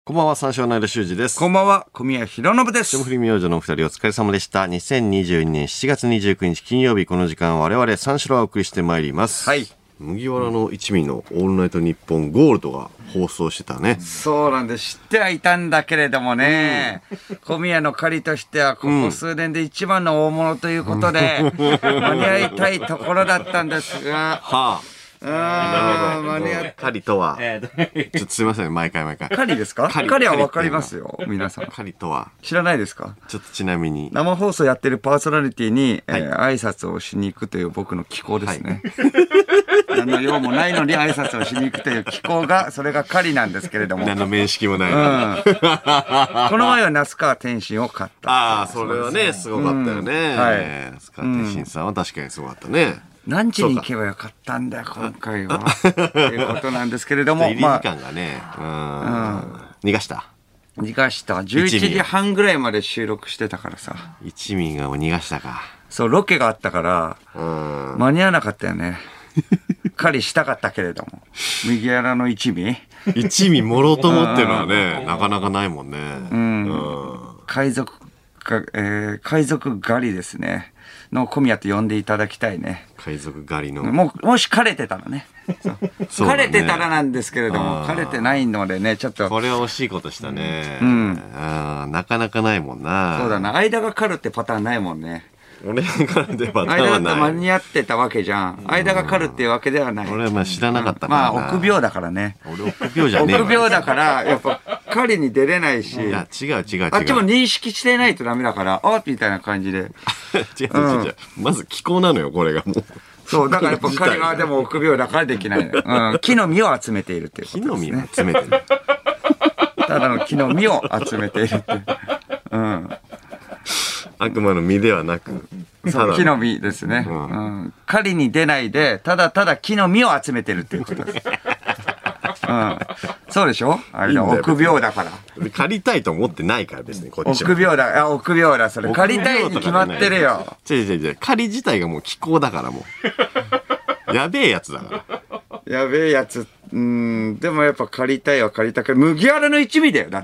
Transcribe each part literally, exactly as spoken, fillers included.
こんばんは、三四郎の間修二です。 こんばんは、小宮弘信です。 霜降り明星のお二人お疲れ様でした。にせんにじゅうにねんしちがつにじゅうくにち金曜日、この時間我々三四郎をお送りしてまいります。 はい。 麦わらの一味のオールナイトニッポンゴールドが放送してたね。 そうなんです。知ってはいたんだけれどもね、うん、小宮の借りとしてはここ数年で一番の大物ということで、うん、間に合いたいところだったんですが、はああなるほど。間に合った。狩りとは、ちょっとすいません、毎回毎回。 狩りですか？狩りはわかりますよ、皆さん。 狩りとは知らないですか？ ちょっとちなみに。 生放送やってるパーソナリティに、はい、えー、挨拶をしに行くという僕の気候ですね。はい、何の用もないのに挨拶をしに行くという気候が、それが狩りなんですけれども。 何の面識もない。うん、 この前は那須川天心を買った。 ああ、それはね、すごかったよね。うん、はい。那須川天心さんは確かにすごかったね。 何時に行けばよかったんだよ、今回は。ということなんですけれども。 入り時間がね、うん。逃がした。 逃がした。じゅういちじはんぐらいまで収録してたからさ。 一味がもう逃がしたか。 そう、ロケがあったから、間に合わなかったよね。狩りしたかったけれども。麦わらの一味一味もろともっていうのはね、なかなかないもんね。うん。 海賊が、えー、海賊狩りですね。の小宮と呼んでいただきたいね。 海賊狩りの。 ももし枯れてたらね。そう枯れてたらなんですけれども、枯れてないのでね、ちょっと。 これは惜しいことしたね。うん。あなかなかないもんな。 そうだな。間が刈るってパターンないもんね。 俺が刈るってパターンはない。 間だと間に合ってたわけじゃん。間が刈るっていうわけではない。 俺はまあ知らなかったからな。 まあ、臆病だからね。 俺臆病じゃねえわ。 臆病だから、やっぱ、狩りに出れないし。 いや、違う違う違う。 あっちも認識してないとダメだから、あみたいな感じで。 違う違う違う。まず気候なのよ、これがもう。 そう、だからやっぱ狩りはでも臆病だからできないのよ。うん。木の実を集めているっていうことですね。 木の実を集めてる。 ただの木の実を集めているっていう。うん。 悪魔の実ではなく、 そう木の実ですね。うんうん、狩りに出ないで、ただただ木の実を集めてるっていうことです。うん、そうでしょあれ臆病だから。 借りたいと思ってないから別にこっちは。 臆病だ。あ、臆病だ。それ。借りたいに決まってるよ。 違う違う違う。狩り自体がもう気候だからもう。やべえやつだから。 やべえやつ。うん、でもやっぱ借りたいは借りたく。麦わらの一味だよ、だって。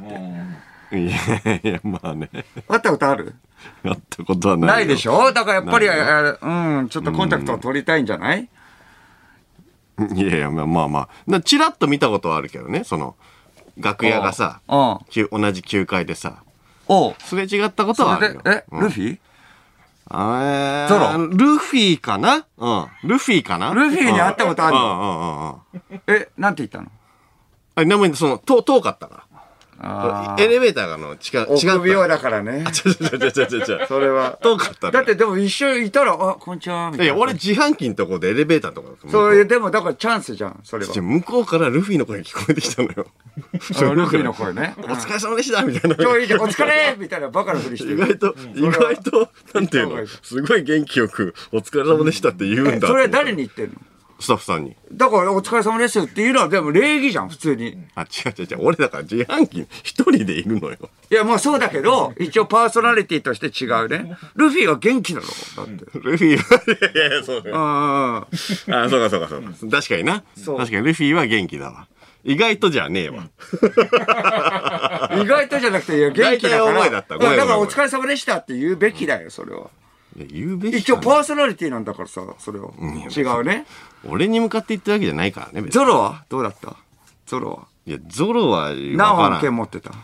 いやいや、まあね。 会ったことある？ 会ったことはない。 ないでしょ？だからやっぱり、うん、ちょっとコンタクトを取りたいんじゃない？ いやいや、まあまあまあ。チラッと見たことはあるけどね、その、楽屋がさ、同じきゅうかいでさ、すれ違ったことはあるよ。 え、ルフィ？ あゾロルフィかな？うん。ルフィかな？ ルフィに会ったことあるの？え、なんて言ったの？ あ、でも、その、遠かったから。エレベーターがあの近違う。臆病だからね。 違う違う違う違う違う。 それは。 遠かった。 だってでも一緒にいたら、あ、こんにちは。みたいな。 いや、俺自販機のとこでエレベーターとか。 そういう、でもだからチャンスじゃん、それは。 向こうからルフィの声聞こえてきたのよ。 ルフィの声ね。 お疲れ様でしたみたいな。 今日いいじゃん、お疲れみたいなバカなふりしてる。 意外と、意外と、なんていうの、すごい元気よく、お疲れ様でしたって言うんだ。 それは誰に言ってんの？ スタッフさんに。 だから、お疲れ様ですっていうのは、でも礼儀じゃん、普通に。 あ、違う違う違う。俺だから自販機一人でいるのよ。 いや、まあそうだけど、一応パーソナリティとして違うね。ルフィは元気だろ、だって。 ルフィは、いやいや、そうだよ。 ああ、そうかそうかそうか。確かにな。確かにルフィは元気だわ。意外とじゃねえわ。 意外とじゃなくて、いや、元気だから。 大体思いだった。 だからお疲れ様でしたって言うべきだよ、それは。 言うべき一応パーソナリティなんだからさ、それは。違うね。 俺に向かって言ってるわけじゃないからね、 ゾロはどうだった？ゾロは。 いや、ゾロは何本剣持ってた？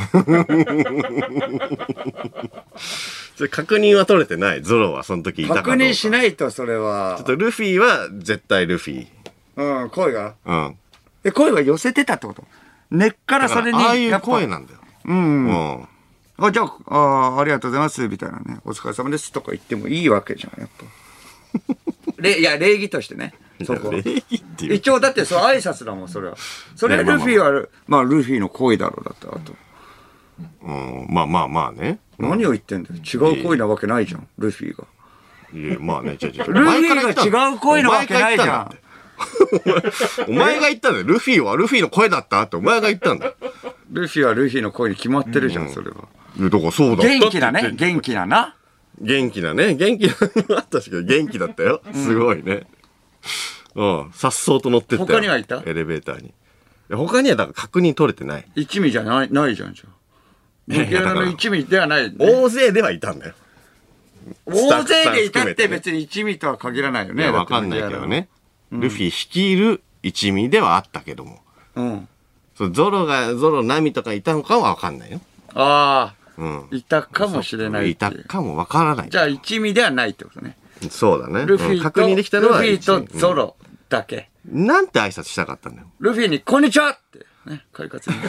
それ確認は取れてない。ゾロはその時いたかどうか。 確認しないと、それは。 ちょっとルフィは絶対ルフィ。 うん、声が。 うん。 え、声は寄せてたってこと？根っからそれに。 ああいう声なんだよ。 うん。うん。あ、じゃあ、あ、ありがとうございます、みたいなね。お疲れ様ですとか言ってもいいわけじゃん、やっぱ。れいや、礼儀としてね。そこ。 礼儀っていう。 一応、だって、そう、挨拶だもん、それは。それはルフィは、まあ、ルフィの声だろう、だって、あと。 うん、まあまあまあね。 何を言ってんだよ。違う声なわけないじゃん、ルフィが。 いや、まあね、違う違う。 ルフィが違う声なわけないじゃん。 お前が言ったんだよ。ルフィはルフィの声だったってお前が言ったんだよ。 ルフィはルフィの声に決まってるじゃん、それは。 だからそうだった。 元気だね、元気だな。 元気だね。元気だね。確かに元気だったよ。すごいね。うん。さっそうと乗ってったよ。 他にはいた？ エレベーターに。 他にはだから確認取れてない。 一味じゃない、ないじゃん、じゃあ。抜け穴の一味ではない、ね。 大勢ではいたんだよ。 大勢でいたって別に一味とは限らないよね。 わかんないけどね。ルフィ率いる一味ではあったけども。うん。ゾロが、ゾロ、ナミとかいたのかはわかんないよ。 ああ。うん。いたかもしれない。 いたかもわからない。 じゃあ一味ではないってことね。 そうだね。 ルフィと、 確認できたのはルフィとゾロだけ。 なんて挨拶したかったんだよ。 ルフィに、こんにちはって、ね、快活に。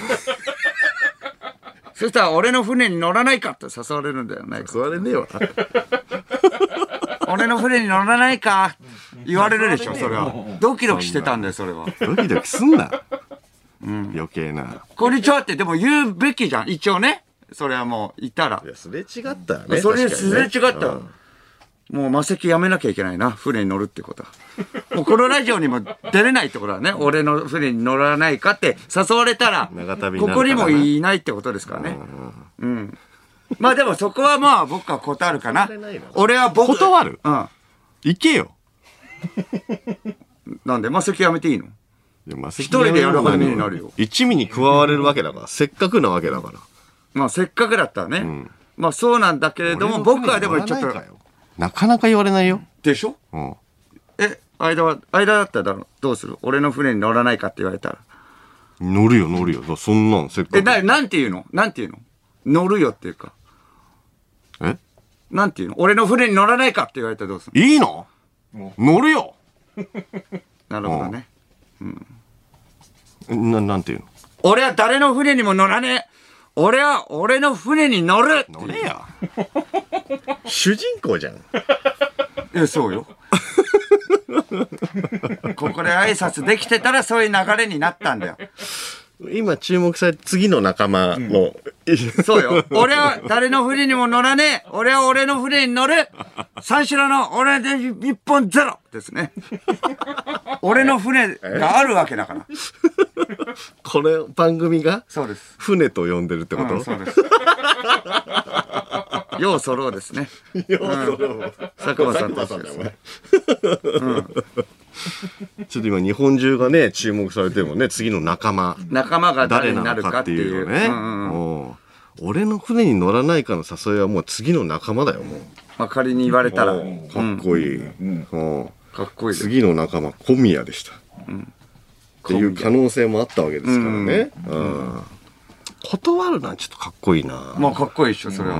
そしたら、俺の船に乗らないかって誘われるんだよね。 誘われねえわ。 俺の船に乗らないか言われるでしょ、それは。ドキドキしてたんだよ、それは。 ドキドキすんな。うん。余計な。 こんにちはって、でも言うべきじゃん、一応ね。それはもう、いたら。 いや、すれ違ったらね。 それ、すれ違ったら。もう魔石やめなきゃいけないな、船に乗るってことは。もうこのラジオにも出れないってことだね。俺の船に乗らないかって誘われたら、ここにもいないってことですからね。うん。まあでもそこはまあ僕は断るかな。俺は僕。 断る？ うん。 行けよ。 なんで魔石やめていいの？一人でやる羽目になるよ。 一味に加われるわけだから、せっかくなわけだから。 まあせっかくだったらね。まあそうなんだけれども、僕はでもちょっと。 なかなか言われないよ。 でしょ？うん。え、間は、間だったらどうする？俺の船に乗らないかって言われたら。 乗るよ、乗るよ。そんなんせっかく。 え、な、なんて言うの？なんて言うの？乗るよっていうか。 え？ なんて言うの？俺の船に乗らないかって言われたらどうする？ いいの？乗るよ。 なるほどね。 うん。な、なんて言うの？ 俺は誰の船にも乗らねえ。俺は俺の船に乗る。 乗れや。主人公じゃん。 え、そうよ。ここで挨拶できてたらそういう流れになったんだよ。 今注目されて次の仲間の、 うん、そうよ。俺は誰の船にも乗らねえ。俺は俺の船に乗る。三四郎の俺で一本ゼロですね。俺の船があるわけだから。 これ番組がそうです。 船と呼んでるってこと？ うん、そうです。よう揃うですね。 よう揃う。 佐久間さんたちですね。 ちょっと今日本中がね注目されてるもんね。次の仲間。 仲間が誰になるかっていうね。俺の船に乗らないかの誘いはもう次の仲間だよもう。 まあ仮に言われたら。 かっこいい。 かっこいい。 次の仲間小宮でした。っていう可能性もあったわけですからね。断るのはちょっとかっこいいな。 まあかっこいいでしょそれは。うん。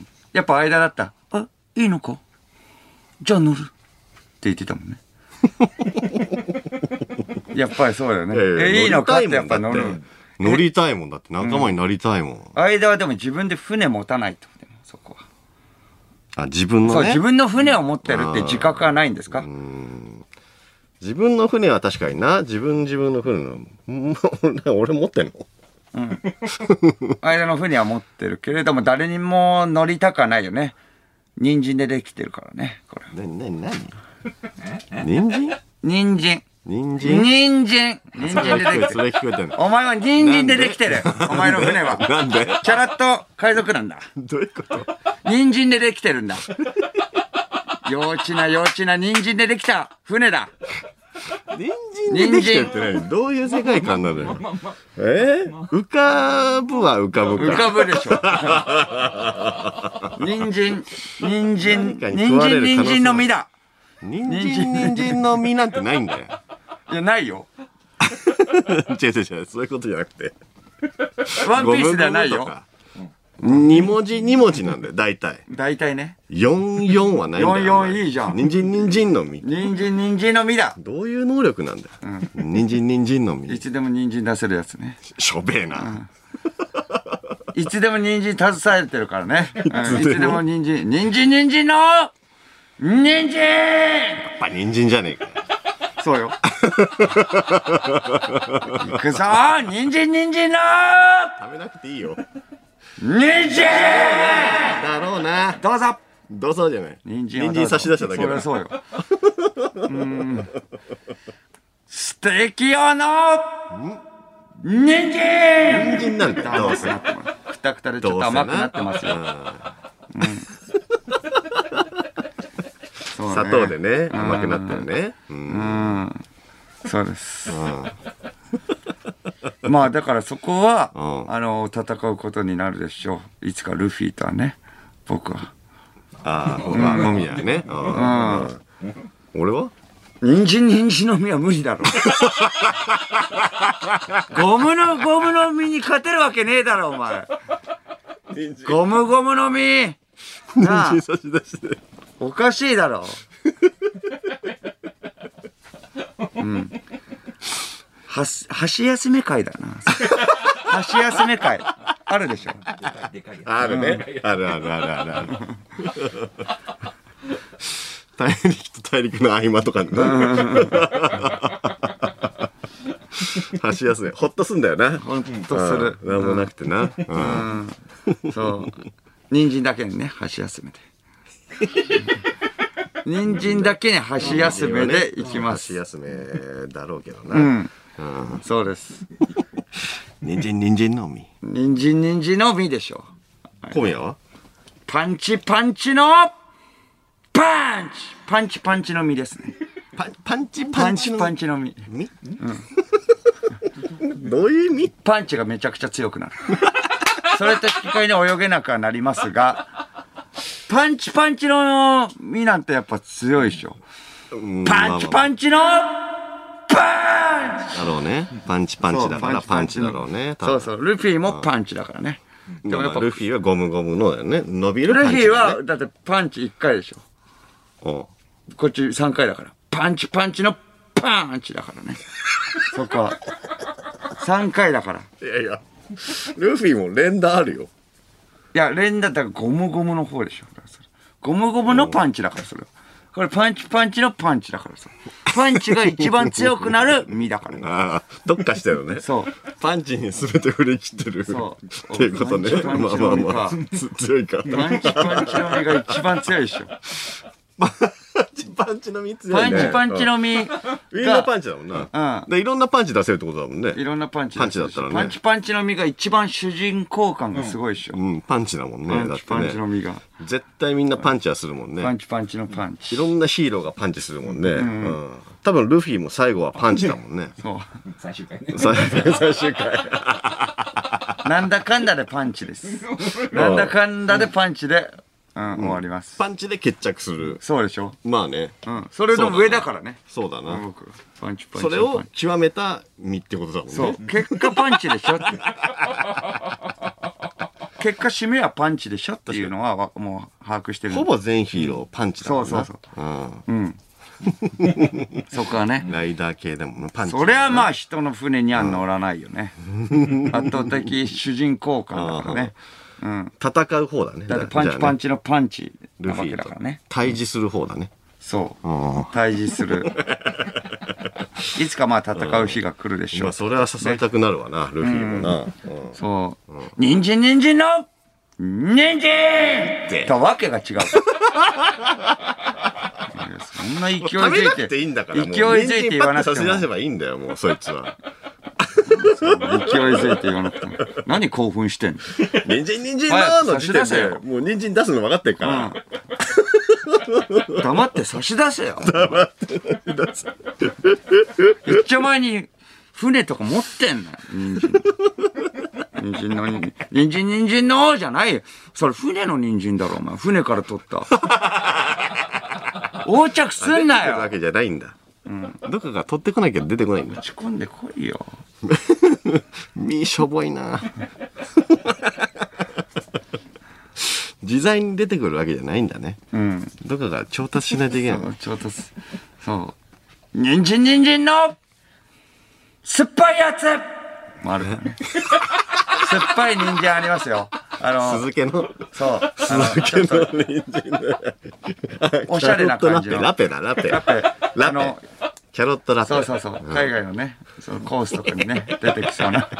やっぱ間だった。あ、いいのか。じゃあ乗る。って言ってたもんね。やっぱりそうだよね。え、いいのかってやっぱ乗る。 乗りたいもんだって仲間になりたいもん。 間はでも自分で船持たないってことだよそこは。 あ、自分のね。 そう、自分の船を持ってるって自覚はないんですか？ 自分の船は確かにな。自分自分の船の。俺持ってんの？ うん。間の船は持ってるけれども誰にも乗りたくはないよね。人参でできてるからね。これ。 なになになに？人参？ 人参。 人参？ 人参。人参でできてる。お前は人参でできてる。お前の船は。 なんで？ チャラッと海賊なんだ。 どういうこと？ 人参でできてるんだ。幼稚な幼稚な人参でできた船だ。 人参でできてるって何？どういう世界観なのよ。えー、浮かぶは浮かぶか。 浮かぶでしょ。人参、人参、人参、人参の実だ。 人参、人参の実なんてないんだよ。 いや、ないよ。 違う違う違う、そういうことじゃなくて。 ワンピースではないよ。 二文字二文字なんだよ、大体。 大体ね。 四四はないんだよ。 四四いいじゃん。 人参人参の実。 人参人参の実だ。 どういう能力なんだよ。人参人参の実。 いつでも人参出せるやつね。 しょべえな。 いつでも人参携えてるからね。いつでも人参。人参人参の人参やっぱ人参じゃねえか。 そうよ。行くぞ人参人参の食べなくていいよ。 人参だろうな。 どうぞどうぞじゃない。 人参人参差し出しただけだ。 そうよ。うん。ステーキ用の人参人参なんてどうせ。 くたくたでちょっと甘くなってますよ。 砂糖でね、甘くなってるね。 うん。そうです。 まあだからそこは、 うん、 あの、戦うことになるでしょう。いつかルフィとはね、僕は。 ああ、まあ、飲みやね。うん。俺は人参人参の実は無理だろ。ゴムの、ゴムの実に勝てるわけねえだろ、お前。ゴムゴムの実。なあ、 人参差し出して。 おかしいだろ。うん。はし、箸休め会だな。箸休め会。あるでしょ。 あるね。あるあるあるあるある。大陸と大陸の合間とかね。箸休め。ほっとすんだよな。 ほっとする。 なんもなくてな。 そう。人参だけにね、箸休めで。人参だけに箸休めでいきます。 箸休めだろうけどな。 うん。そうです。 人参人参の実。 人参人参の実でしょ。 今夜はパンチパンチのパンチパンチパンチの実ですね。 パパンチパンチのパンチの実。 実？うん。どういう意味？ パンチがめちゃくちゃ強くなる。それと引き換えに泳げなくはなりますが、パンチパンチの実なんてやっぱ強いでしょ。パンチパンチのパンチだろうね。パンチパンチだからパンチだろうね。 そうそう。ルフィもパンチだからね。 でもやっぱルフィはゴムゴムのだよね。伸びるパンチ、ね。 ルフィはだってパンチいっかいでしょ。 おこっちさんかいだから。パンチパンチのパンチだからね。そっか。さんかいだから。 いやいや。ルフィも連打あるよ。 いや、連打だからゴムゴムの方でしょ。ゴムゴムのパンチだからそれ。これパンチパンチのパンチだからさ。パンチが一番強くなる実だからね。 ああ、特化してるのね。 そう。 パンチに全て振り切ってる。そう。っていうことね。まあまあまあ。強いか。 パンチパンチの実が一番強いでしょ。 パンチパンチの実強いね。 パンチパンチの実が。 みんなパンチだもんな。うん。で、いろんなパンチ出せるってことだもんね。 いろんなパンチ。 パンチだったらね。 パンチパンチの実が一番主人公感がすごいでしょ。 うん、パンチだもんね。 パンチパンチの実が。 絶対みんなパンチはするもんね。 パンチパンチのパンチ。 いろんなヒーローがパンチするもんね。うん。多分ルフィも最後はパンチだもんね。 そう。 最終回ね。 最終回。 なんだかんだでパンチです。なんだかんだでパンチで。うん、終わります。 パンチで決着する。 そうでしょ。 まあね。 うん。それの上だからね。 そうだな。 僕。パンチパンチ。 それを極めた実ってことだもんね。 そう。結果パンチでしょって。結果締めはパンチでしょっていうのはもう把握してる。 ほぼ全ヒーローパンチだもんな。 そうそうそう。うん。そこはね。 ライダー系でもパンチ。 それはまあ人の船には乗らないよね。圧倒的主人公感だからね。うん、 戦う方だね。 だってパンチパンチのパンチなわけだからね。 対峙する方だね。 そう。対峙する。いつかまあ戦う日が来るでしょう。まあそれは誘いたくなるわな、ルフィもな。 そう。人参人参の人参とわけが違う。そんな勢いづいて。 ていいんだから。 勢いづいて言わなくても。 差し出せばいいんだよ、もうそいつは。 勢いづいて言わなくても。何興奮してんの？ 人参人参のの時点で、もう人参出すの分かってるから。 黙って差し出せよ。 黙って差し出せ。 一丁前に船とか持ってんのよ。人参。人参の人参人参のじゃないよ。それ船の人参だろお前。船から取った。横着すんなよ。 出てくるわけじゃないんだ。うん、どっかが取ってこなきゃ出てこないんだ。 持ち込んでこいよ。 身しょぼいな。自在に出てくるわけじゃないんだね。うん。どっかが調達しないといけない。 そう調達。そう。人参人参の酸っぱいやつもあるからね。酸っぱい人参ありますよ。あの鈴気の。 そう。 鈴気の人参ね。 おしゃれな感じの。 ラペだラペ。ラペ。ラペ。キャロットラペ。 そうそうそう。海外のね、そのコースとかにね、出てきそうな。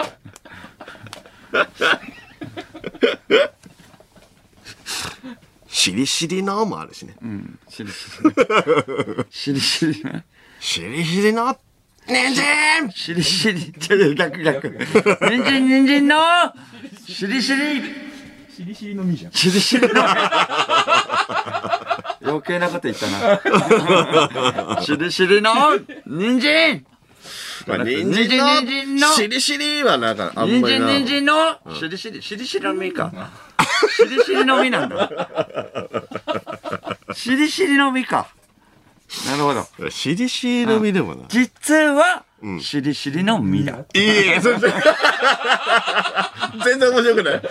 しりしりのもあるしね。 うん。しりしり。しりしりね。 しりしりの人参しりしり。ちょ、逆逆。人参人参のしりしり。 しりしりの実じゃん。 しりしりの余計なこと言ったな。しりしりの人参まあ、人参の、しりしりはなんか、あんまりな。 人参、人参の、しりしり、しりしりの実か。しりしりの実なんだ。しりしりの実か。なるほど。 しりしりの実でもな。 実は、しりしりの実だ。 いいえ、全然。全然面白くない。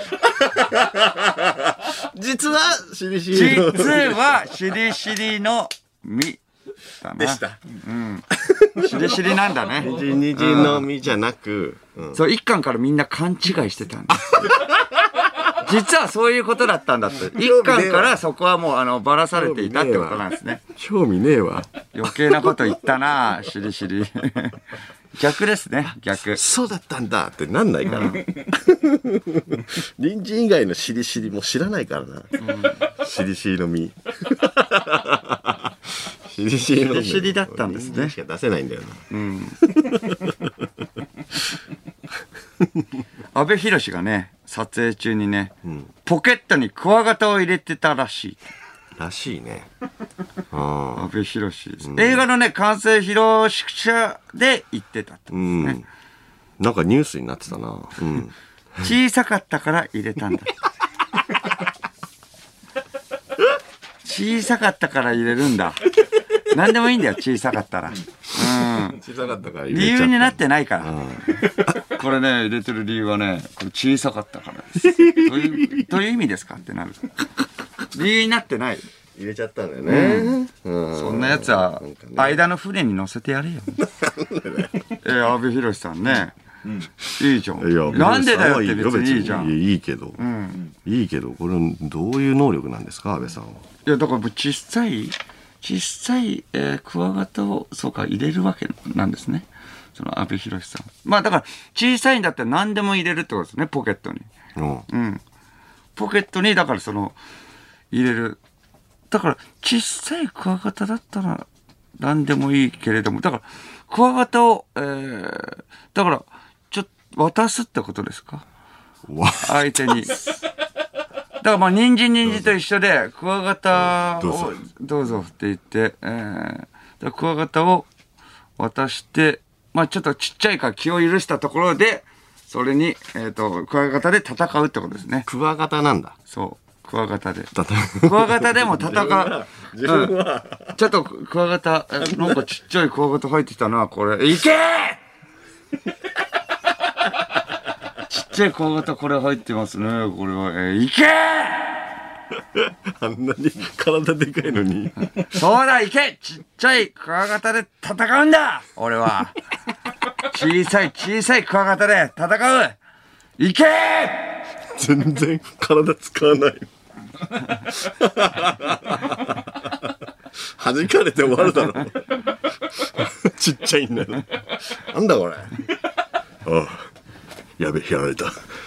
実は、しりしりの。 実は、しりしりの実。 でした。 うん。しりしりなんだね。 にじにじの実じゃなく、 そう、一巻からみんな勘違いしてたんだ。実はそういうことだったんだって。一巻からそこはもうあのばらされていたってことなんですね。 興味ねえわ。 余計なこと言ったなしりしり。逆ですね、逆。 そうだったんだってなんないから。隣人以外のしりしりも知らないからな。しりしりの実。しりしりの実。 しりしりだったんですね。 しか出せないんだよな。うん。 阿部寛がね、撮影中にね、うん、ポケットにクワガタを入れてたらしい。 らしいね。 阿部寛です、うん。映画のね、完成披露式で言ってたってことですね、うん。 なんかニュースになってたな。うん、 小さかったから入れたんだ。小さかったから入れるんだ。何でもいいんだよ、小さかったら。うん。 小さかったから入れちゃった。 理由になってないから。これね、入れてる理由はね、これ小さかったからです。どういう、どういう意味ですかってなる。理由になってない。 入れちゃったんだよね。 うん、そんなやつは、間の船に乗せてやれよ。えー、阿部寛さんね。うん、いいじゃん。なんでだよって別にいいじゃん。 いいけど。うん、いいけど、これどういう能力なんですか、阿部さんは。 いや、だから小さい、小さい、えー、クワガタを、そうか、入れるわけなんですね。その阿部寛さん。まあだから小さいんだったら何でも入れるってことですね、ポケットに。うん。うん。ポケットにだからその入れる。だから小さいクワガタだったら何でもいいけれども、だからクワガタを、えー、だからちょっと渡すってことですか？相手に。だからまあ人参人参と一緒でクワガタをどうぞって言って、えー、だクワガタを渡して、まあちょっとちっちゃいから気を許したところで、それに、えっと、クワガタで戦うってことですね。 クワガタなんだ。 そう。クワガタで。クワガタでも戦う。自分は、うん。ちょっとクワガタ、なんかちっちゃいクワガタ入ってきたな、これ。いけーちっちゃいクワガタこれ入ってますね、これは。えー、いけーあんなに体でかいのに。 そうだ、いけちっちゃいクワガタで戦うんだ俺は。小さい小さいクワガタで戦ういけー全然体使わない。弾かれて終わるだろ。ちっちゃいんだよ。なんだこれ。ああ、やべ、やられた。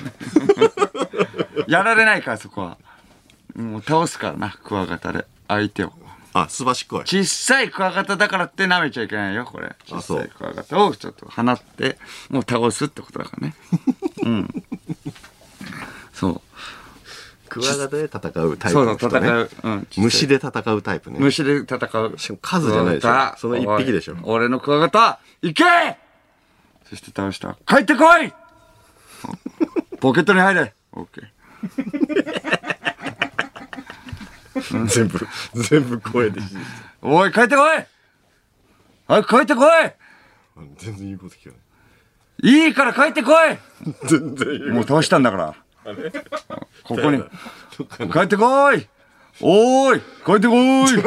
やられないからそこは。もう倒すからな、クワガタで相手を。 あ、すばしっこい。 小さいクワガタだからって舐めちゃいけないよ、これ。小さいクワガタをちょっと放って、もう倒すってことだからね。うん。そう。 クワガタで戦うタイプの人ね。そう戦う。うん。 虫で戦うタイプね。 虫で戦う。 しかも数じゃないでしょ。その一匹でしょ。 俺のクワガタ、行けそして倒した。帰ってこいポケットに入れオッケー。 全部、全部声で。 おい、帰ってこい早く帰ってこい全然言うこと聞かない。 いいから帰ってこい全然言う。 もう倒したんだから。ここに。帰ってこいおーい帰ってこい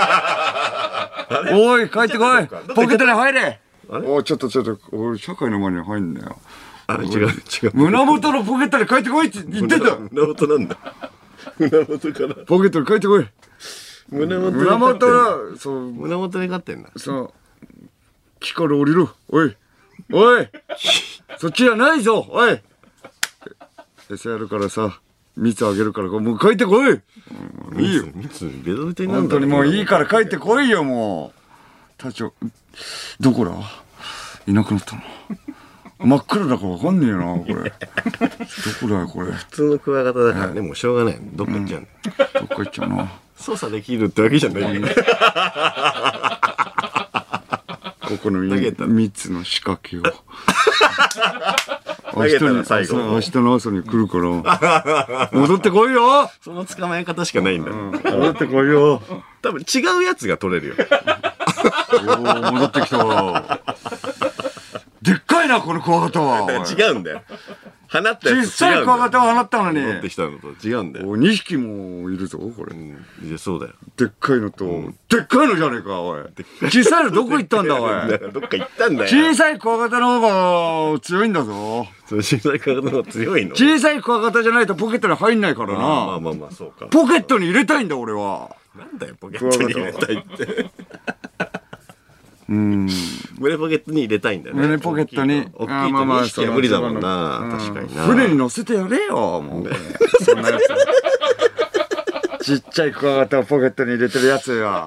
おい帰ってこいポケットに入れおい、ちょっとちょっと、俺、社会の前に入んだよ。 あ、違う、違う。 胸元のポケットに帰ってこいって言ってんだ胸元なんだ。胸元からポケットに帰ってこい胸元胸元そう胸元に勝ってんだ。 そう木から降りるおいおいそっちじゃないぞおい餌やるからさ蜜あげるからもう帰ってこいいいよ蜜ベトベトになるんだ。 本当にもういいから帰ってこいよもう隊長どこだいなくなったの真っ暗だからわかんねえなこれどこだよこれ普通のクワガタだからね、もうしょうがないどっか行っちゃう、うん、 どっか行っちゃうな操作できるってわけじゃないよねここのみっつの仕掛けを。 投げたら最後。 明日の朝に来るから、戻ってこいよ。 その捕まえ方しかないんだ。 戻ってこいよ。 多分違うやつが取れるよ。 戻ってきた。でっかいな、このクワガタは。 違うんだよ。放ったやつ違うんだよ。 小さいクワガタを放ったのに。 戻ってきたのと違うんだよ。 にひきもいるぞ、これ。 いや、そうだよ。 でっかいのと、でっかいのじゃねえか、おい。小さいのどこ行ったんだ、おい。 どっか行ったんだよ。 小さいクワガタの方が強いんだぞ。 小さいクワガタの方が強いの？ 小さいクワガタじゃないとポケットに入んないからな。 まあまあまあ、そうか。 ポケットに入れたいんだ、俺は。 なんだよ、ポケットに入れたいって。 うん。 胸ポケットに入れたいんだよね。 胸ポケットに。 大きいとにひきは無理だもんな。確かにな。 船に乗せてやれよ、もう。そんなやつ。ちっちゃいクワガタをポケットに入れてるやつが。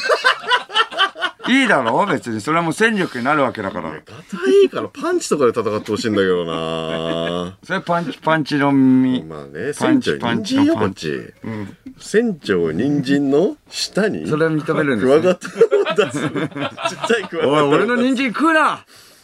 いいだろ別に。それはもう戦力になるわけだから。 ガタいいからパンチとかで戦ってほしいんだけどな。 それパンチパンチの実。 まあね、船長人参よ、こっち。船長人参の下にそれは認めるんです。 クワガタを出す。ちっちゃいクワガタ。 おい、俺の人参食うな。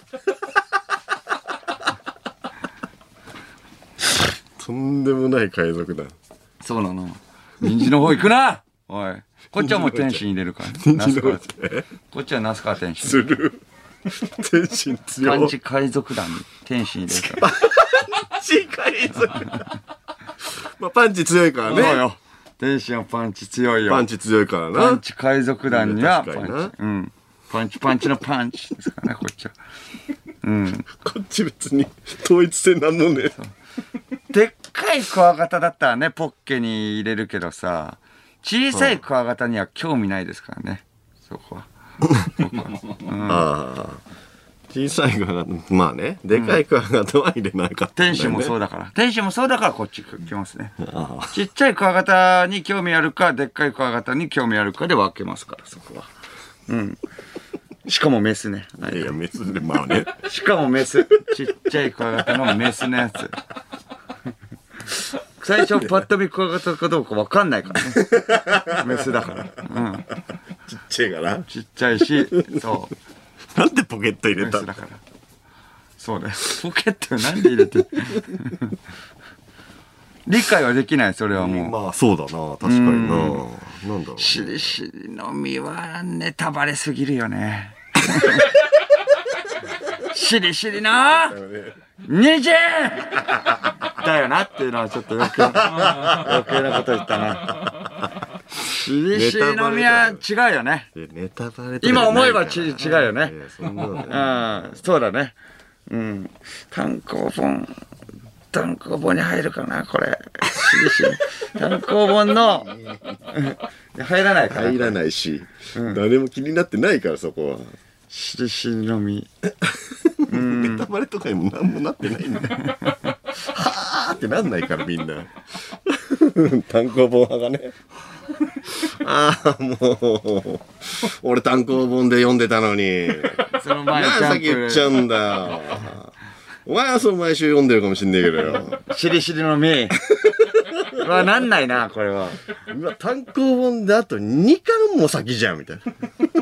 とんでもない海賊だ。 そうなの。人参の方行くな。おい。こっちはもう天心入れるから。 人参の方こっちは那須川天心。 する。天心強い。 パンチ海賊団に天心入れるから。 パンチ海賊団。まあパンチ強いからね。 そうよ。天心はパンチ強いよ。 パンチ強いからな。 パンチ海賊団にはパンチ。 うん。パンチパンチのパンチですからね、こっちは。うん。 こっち別に統一性なんもねえ。 でっかいクワガタだったらね、ポッケに入れるけどさ、小さいクワガタには興味ないですからね、そこは。 うん、ああ。小さいクワガタ、まあね、でかいクワガタは入れなかった、ね。 天使もそうだから。天使もそうだからこっち来ますね。ちっちゃいクワガタに興味あるか、でっかいクワガタに興味あるかで分けますから、そこは。うん。しかもメスね。 いや、メスで、まあね。 しかもメス。ちっちゃいクワガタのメスのやつ。最初パッと見クワガタかどうか分かんないからね。メスだから。うん。 ちっちゃいから。 ちっちゃいし、そう。 なんでポケット入れたの？ メスだから。そうだよ。ポケットなんで入れて理解はできない、それはもう。 まあそうだな、確かにな。なんだろう。 しりしりの実はネタバレすぎるよね。しりしりなにじんだよなっていうのはちょっと余計な余計なこと言ったな。しりしりの実は違うよね。 ネタバレ今思えばち違うよね。 そんなのね。 うん、そうだね。うん。単行本単行本に入るかなこれ。しりしり単行本の入らないかな。 入らないし、誰も気になってないからそこは。 しりしりの実。 ネタバレとかにも何もなってないんだよ。はーってなんないからみんな。単行本派がね。ああもう俺単行本で読んでたのに。 その前なんで先言っちゃうんだよ。お前はそう毎週読んでるかもしんねえけどよ。 しりしりの実。はなんないなこれは。 うわ単行本であとにかんも先じゃんみたいな。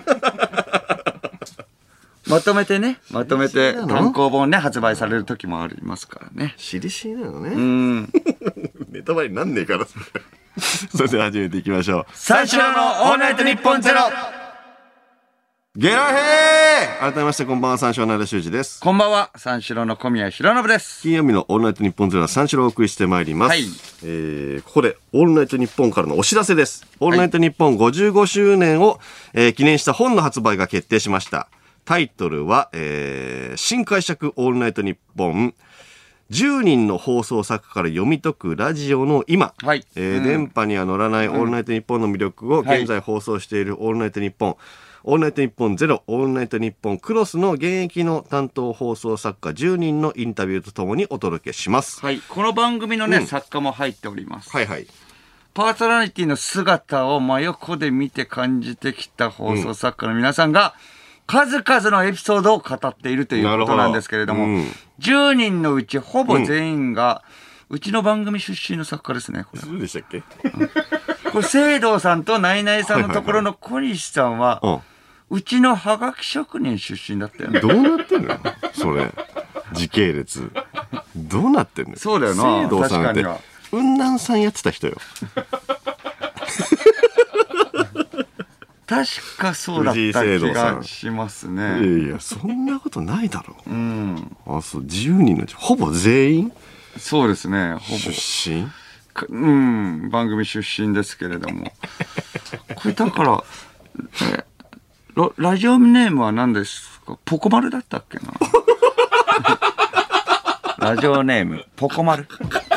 まとめてね、まとめて単行本ね発売される時もありますからね。 しりしりなのね。 うん。 ネタバレになんねえから。それでは始めていきましょう。 三四郎のオールナイトニッポンゼロ。 ゲラヘー。改めましてこんばんは、三四郎の間修二です。 こんばんは、三四郎の小宮浩信です。 金曜日のオールナイトニッポンゼロは三四郎をお送りしてまいります。はい。えー、ここでオールナイトニッポンからのお知らせです。オールナイトニッポンごじゅうごしゅうねんを、えー、記念した本の発売が決定しました。タイトルは、えー、新解釈オールナイトニッポンじゅうにんの放送作家から読み解くラジオの今、はい、えーうん、電波には乗らないオールナイトニッポンの魅力を現在放送しているオールナイトニッポン、はい、オールナイトニッポンゼロ、オールナイトニッポンクロスの現役の担当放送作家じゅうにんのインタビューとともにお届けします。 はい、この番組のね、うん、作家も入っております。 はいはい。 パーソナリティの姿を真横で見て感じてきた放送作家の皆さんが、うん、数々のエピソードを語っているということなんですけれども、うん、じゅうにんのうちほぼ全員が、うん、うちの番組出身の作家ですね。これそうでしたっけ？ うん、これ聖堂さんとナイナイさんのところの小西さんは、 うちのハガキ職人出身だったよね。 どうなってんのそれ。時系列。どうなってんの。 そうだよな。 聖堂さんって、雲南さんやってた人よ。 確かそうだった気がしますね。 いやいや、そんなことないだろう。うん。あ、そう、じゅうにんのうち、ほぼ全員そうですね、ほぼ。 出身うん、番組出身ですけれども。これだから、えラ、ラジオネームは何ですか？ポコマルだったっけなラジオネーム、ポコマル。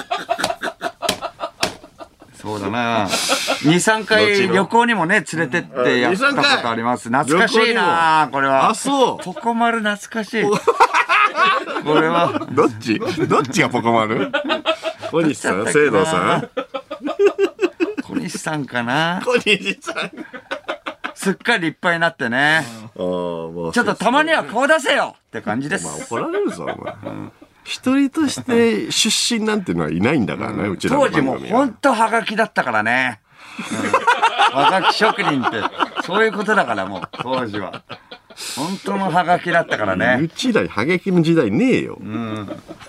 そうだな。に、さんかい旅行にもね、連れてってやったことあります。懐かしいなこれは。 あ、そう。 ポコマル懐かしい。これは。 どっちどっちがポコマル？小西さん、聖堂さん小西さんかな。 小西さん。 すっかりいっぱいになってね。ちょっとたまには顔出せよって感じです。 まあ怒られるぞ、お前。一人として出身なんてのはいないんだからね、うちらの番組は。 当時もほんとハガキだったからね。ハガキ職人って、そういうことだからもう、当時は。本当のハガキだったからね。 うちらハガキの時代ねえよ。うん。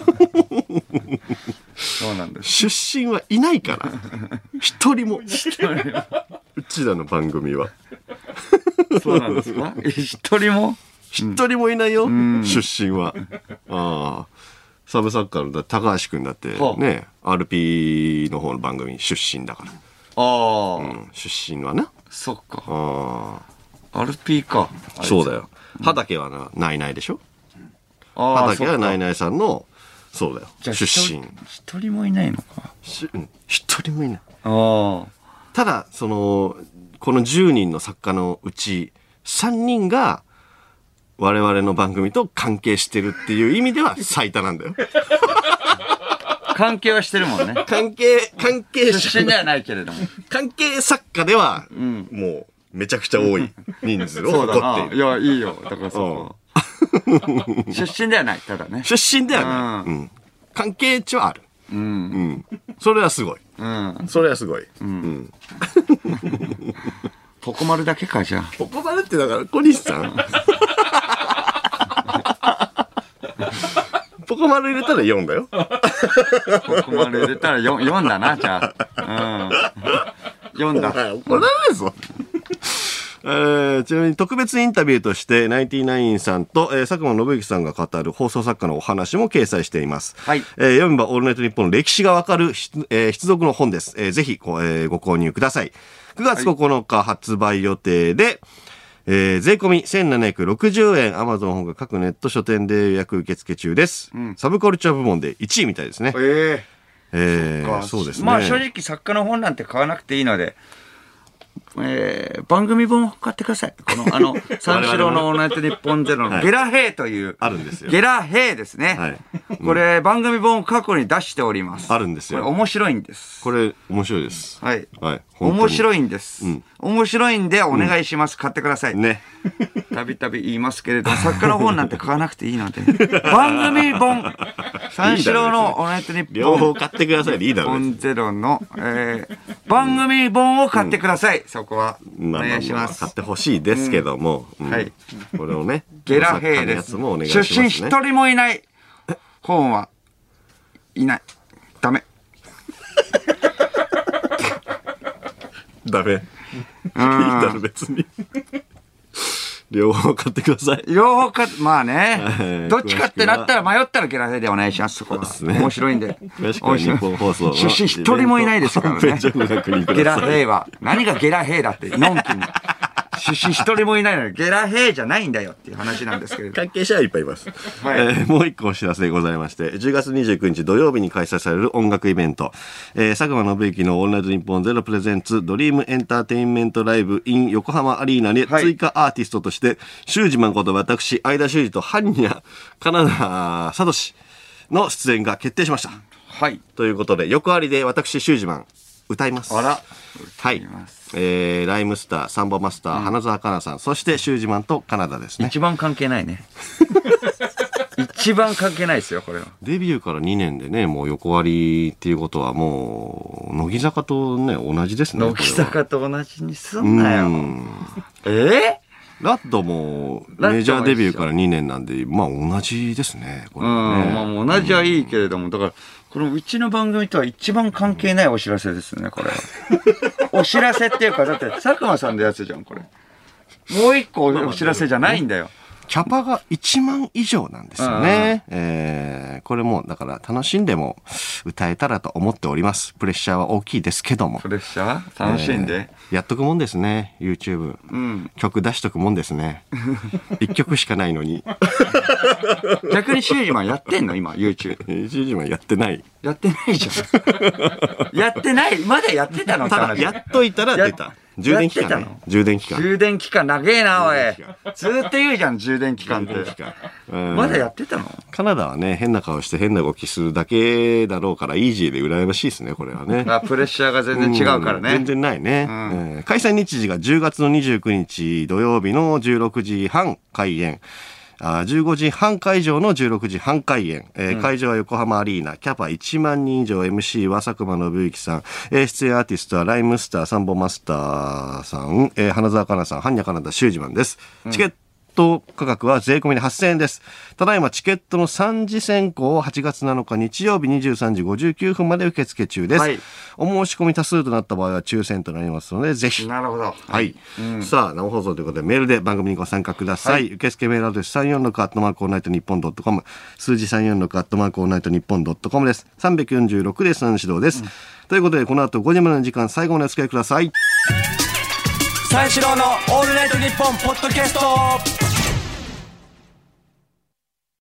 そうなんです。 出身はいないから。一人も。うちらの番組は。 そうなんですか？一人も一人もいないよ、出身は。ああ。サブサッカーの高橋くんだってね、アールピー の方の番組出身だから。ああ、うん。出身はな。 そっか。 ああ。アールピー か。 そうだよ。畑はな、ナイナイでしょ？畑はナイナイさんの、そうだよ。出身。 一人もいないのか。 うん。一人もいない。 ああ。 ただ、その、このじゅうにんの作家のうち、さんにんが、我々の番組と関係してるっていう意味では最多なんだよ。 関係はしてるもんね。 関係、関係出身ではないけれども。 関係作家では、うん、もう、めちゃくちゃ多い人数を誇っている。 いや、いいよ。だからそう。出身ではない、ただね。 出身ではない。うん、関係値はある。うん。うん。それはすごい。うん。それはすごい。うん。うん、 ポコマルだけか、じゃあ。 ポコマルってだから、小西さん。ポコマル入れたらよんだよ。 ポコマル入れたら よん, よんだな、じゃあ。うん。よんだ。 怒られるぞ。えー、ちなみに特別インタビューとしてナインティナインさんと、えー、佐久間信之さんが語る放送作家のお話も掲載しています。はい。えー、読めばオールナイトニッポンの歴史がわかる、えー、必読の本です。えー、ぜひご、えー、ご購入ください。くがつここのか発売予定で、はい、えー、税込みせんななひゃくろくじゅうえん、アマゾン本が各ネット書店で予約受付中です。うん、サブカルチャー部門でいちいみたいですね。えー、えー、そうですね。 まあ正直作家の本なんて買わなくていいので、えー、番組本を買ってください。この、あの、三四郎のオールナイトニッポンゼロのゲラヘイという、 あるんですよ。 ゲラヘイですね。はい。うん、これ、番組本を過去に出しております。 あるんですよ。 これ面白いんです。 これ、面白いです。 はい。はい。面白いんです。うん。面白いんで、お願いします。うん、買ってください。ね。たびたび言いますけれども、作家の本なんて買わなくていいので、番組本、三四郎のオールナイトニッポン。 両方買ってください。リーダーです。ゼロの、えー、番組本を買ってください。うん、そこは。お願いします。 買ってほしいですけども。うんうん、はい。これをね。 ゲラヘイです。出身一人もいない本はいない。ダメ。 ダメ。いいだろ、別に。両方買ってください。 両方買って、まあね。どっちかってなったら迷ったらゲラヘイでお願いします。そこは。ね、面白いんで。 詳しくは日本放送の出身一人もいないですからね。ゲラヘイは。何がゲラヘイだって、のんきに。出身一人もいないのにゲラヘイじゃないんだよっていう話なんですけれど。 関係者はいっぱいいます。はい、えー、もう一個お知らせでございまして、じゅうがつにじゅうくにち土曜日に開催される音楽イベント、えー、佐久間信之のオールナイトニッポンゼロプレゼンツドリームエンターテインメントライブ in 横浜アリーナで追加アーティストとして、はい、修二誠と私、相田修二と般若金田聡の出演が決定しました。はい。ということで、横ありで私、修二マン歌います。 あら。 はい。えー、ライムスター、サンボマスター、うん、花澤香菜さん、そして修二マンとカナダですね。 一番関係ないね。一番関係ないですよ、これは。 デビューからにねんでね、もう横割りっていうことはもう、乃木坂とね、同じですね。 乃木坂と同じにすんなよ。えー、 ラッドもメジャーデビューからにねんなんで、まあ同じですね。これね、 うん、まあもう同じはいいけれども、だから、このうちの番組とは一番関係ないお知らせですね、これは。お知らせっていうか、だって佐久間さんのやつじゃん、これ。もう一個お知らせじゃないんだよ。 キャパがいちまん以上なんですよね。えー、これもだから楽しんでも歌えたらと思っております。プレッシャーは大きいですけども。 プレッシャー楽しんで、 えー、やっとくもんですね、YouTube。うん、曲出しとくもんですね。いっきょくしかないのに。 逆にシュージマンやってんの今、YouTube。 シュージマンやってない。 やってないじゃん。やってない。まだやってたの？ ただ、やっといたら出た。充電期間ね。充電期間。 充電期間長えな、おい。ずーっと言うじゃん、充電期間って。まだやってたの？ カナダはね、変な顔して変な動きするだけだろうから、イージーで羨ましいですね、これはね。 あ、プレッシャーが全然違うからね。 全然ないね、うんえー。開催日時がじゅうがつのにじゅうくにち土曜日のじゅうろくじはん開演。あじゅうごじはん会場のじゅうろくじはん開演、えーうん、会場は横浜アリーナ、キャパいちまんにん以上、 エムシー は佐久間信之さん、えー、出演アーティストはライムスター、サンボマスターさん、えー、花澤香菜さん、般若カナダ、シュージマンです。チケット価格は税込みではっせんえんです。ただいまチケットのさんじ選考をはちがつなのか日曜日にじゅうさんじごじゅうきゅうふんまで受付中です、はい、お申し込み多数となった場合は抽選となりますのでぜひ。 なるほど、 はい、うん、さあ生放送ということでメールで番組にご参加ください、はい、受付メールアドレス さんよんろく アットマークオールナイトニッポンドットコム、 数字さんよんろく アットマークオールナイトニッポンドットコムです。さんびゃくよんじゅうろくで三四郎です、うん、ということでこの後ごじまでの時間最後までお付き合いください。 三四郎のオールナイトニッポンポッドキャスト。